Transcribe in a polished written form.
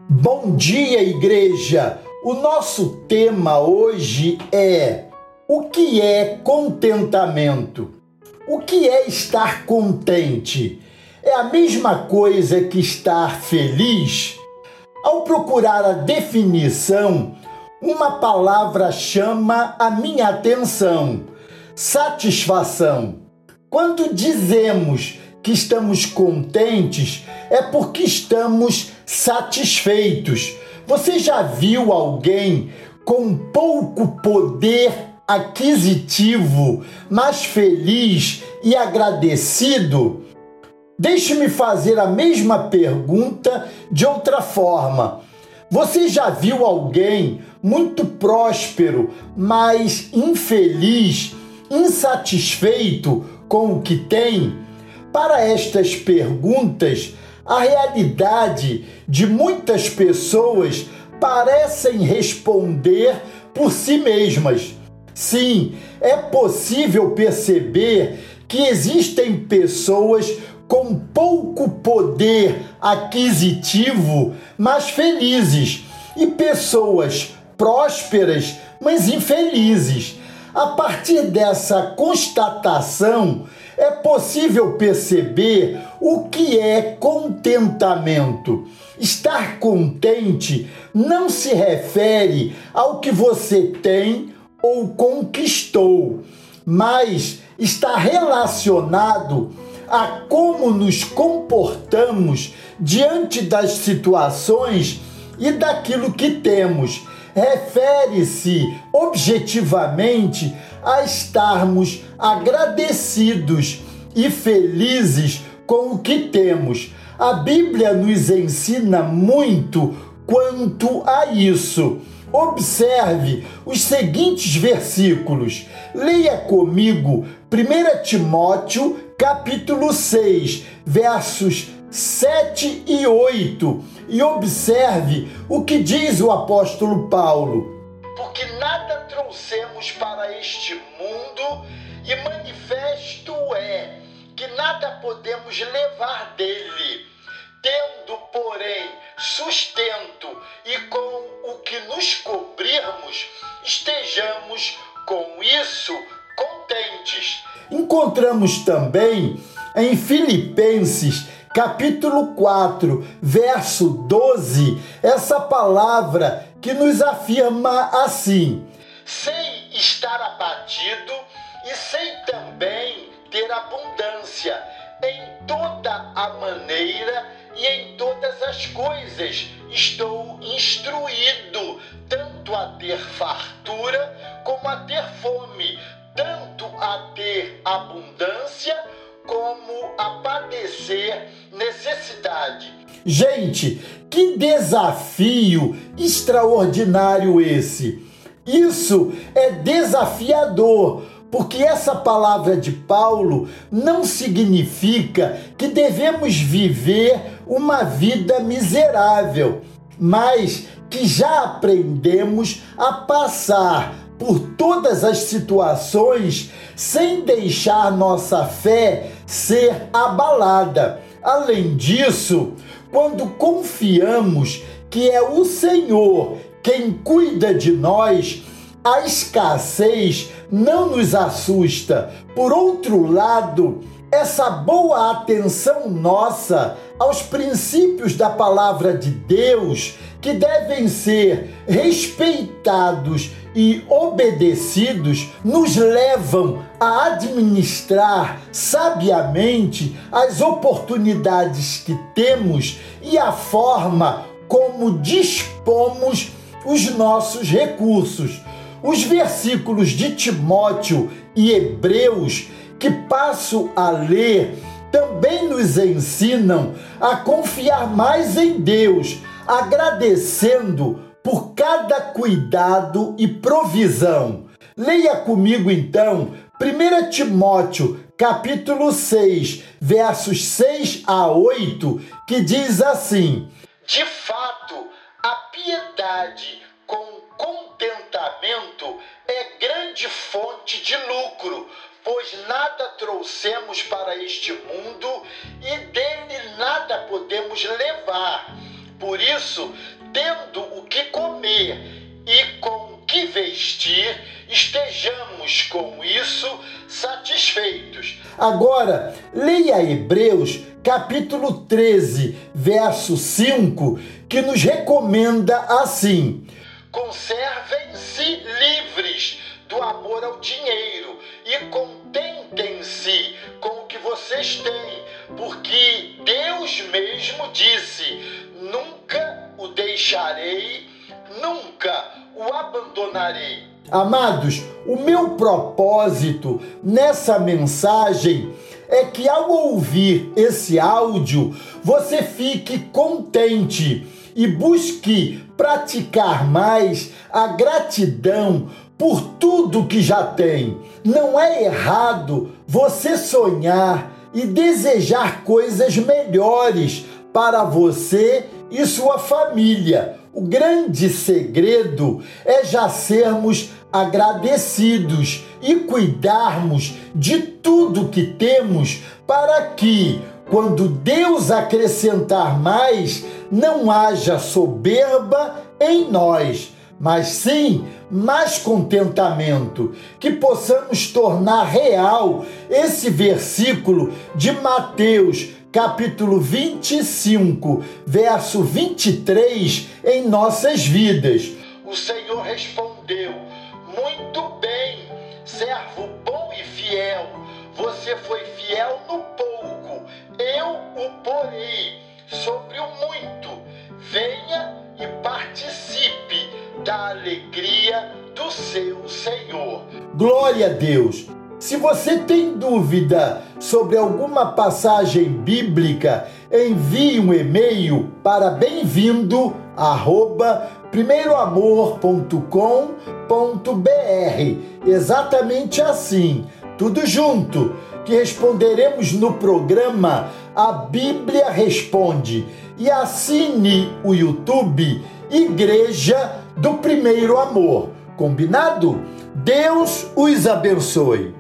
Bom dia, igreja! O nosso tema hoje é: o que é contentamento? O que é estar contente? É a mesma coisa que estar feliz? Ao procurar a definição, uma palavra chama a minha atenção: satisfação. Quando dizemos que estamos contentes, é porque estamos satisfeitos. Você já viu alguém com pouco poder aquisitivo, mas feliz e agradecido? Deixe-me fazer a mesma pergunta de outra forma. Você já viu alguém muito próspero, mas infeliz, insatisfeito com o que tem? Para estas perguntas, a realidade de muitas pessoas parecem responder por si mesmas. Sim, é possível perceber que existem pessoas com pouco poder aquisitivo, mas felizes, e pessoas prósperas, mas infelizes. A partir dessa constatação, é possível perceber o que é contentamento. Estar contente não se refere ao que você tem ou conquistou, mas está relacionado a como nos comportamos diante das situações e daquilo que temos. Refere-se objetivamente a estarmos agradecidos e felizes com o que temos. A Bíblia nos ensina muito quanto a isso. Observe os seguintes versículos. Leia comigo 1 Timóteo, capítulo 6, versos 7 e 8, e observe o que diz o apóstolo Paulo. Porque nada trouxemos para este mundo, e manifesto é que nada podemos levar dele, tendo, porém, sustento e com o que nos cobrirmos, estejamos com isso contentes. Encontramos também em Filipenses, capítulo 4, verso 12, essa palavra que nos afirma assim: sem estar abatido e sem também ter abundância, em toda a maneira e em todas as coisas estou instruído, tanto a ter fartura como a ter fome, tanto a ter abundância como a padecer necessidade. Gente, que desafio extraordinário esse! Isso é desafiador, porque essa palavra de Paulo não significa que devemos viver uma vida miserável, mas que já aprendemos a passar por todas as situações sem deixar nossa fé ser abalada. Além disso, quando confiamos que é o Senhor quem cuida de nós, a escassez não nos assusta. Por outro lado, essa boa atenção nossa aos princípios da palavra de Deus, que devem ser respeitados e obedecidos, nos levam a administrar sabiamente as oportunidades que temos e a forma como dispomos os nossos recursos. Os versículos de Timóteo e Hebreus, que passo a ler, também nos ensinam a confiar mais em Deus, agradecendo por cada cuidado e provisão. Leia comigo então 1 Timóteo, capítulo 6, versos 6 a 8, que diz assim: de fato, a piedade com contentamento é grande fonte de lucro, pois nada trouxemos para este mundo e dele nada podemos levar. Por isso, existir, estejamos com isso satisfeitos. Agora, leia Hebreus capítulo 13, verso 5, que nos recomenda assim: conservem-se livres do amor ao dinheiro e contentem-se com o que vocês têm, porque Deus mesmo disse: nunca o deixarei, nunca o abandonarei. Amados, o meu propósito nessa mensagem é que ao ouvir esse áudio, você fique contente e busque praticar mais a gratidão por tudo que já tem. Não é errado você sonhar e desejar coisas melhores para você e sua família. O grande segredo é já sermos agradecidos e cuidarmos de tudo que temos para que, quando Deus acrescentar mais, não haja soberba em nós, mas sim mais contentamento, que possamos tornar real esse versículo de Mateus, capítulo 25, verso 23, em nossas vidas. O Senhor respondeu: muito bem, servo bom e fiel, você foi fiel no pouco, eu o porei sobre o muito. Venha e participe da alegria do seu Senhor. Glória a Deus! Se você tem dúvida sobre alguma passagem bíblica, envie um e-mail para bem-vindo@primeiroamor.com.br. Exatamente assim, tudo junto, que responderemos no programa A Bíblia Responde. E assine o YouTube Igreja do Primeiro Amor. Combinado? Deus os abençoe.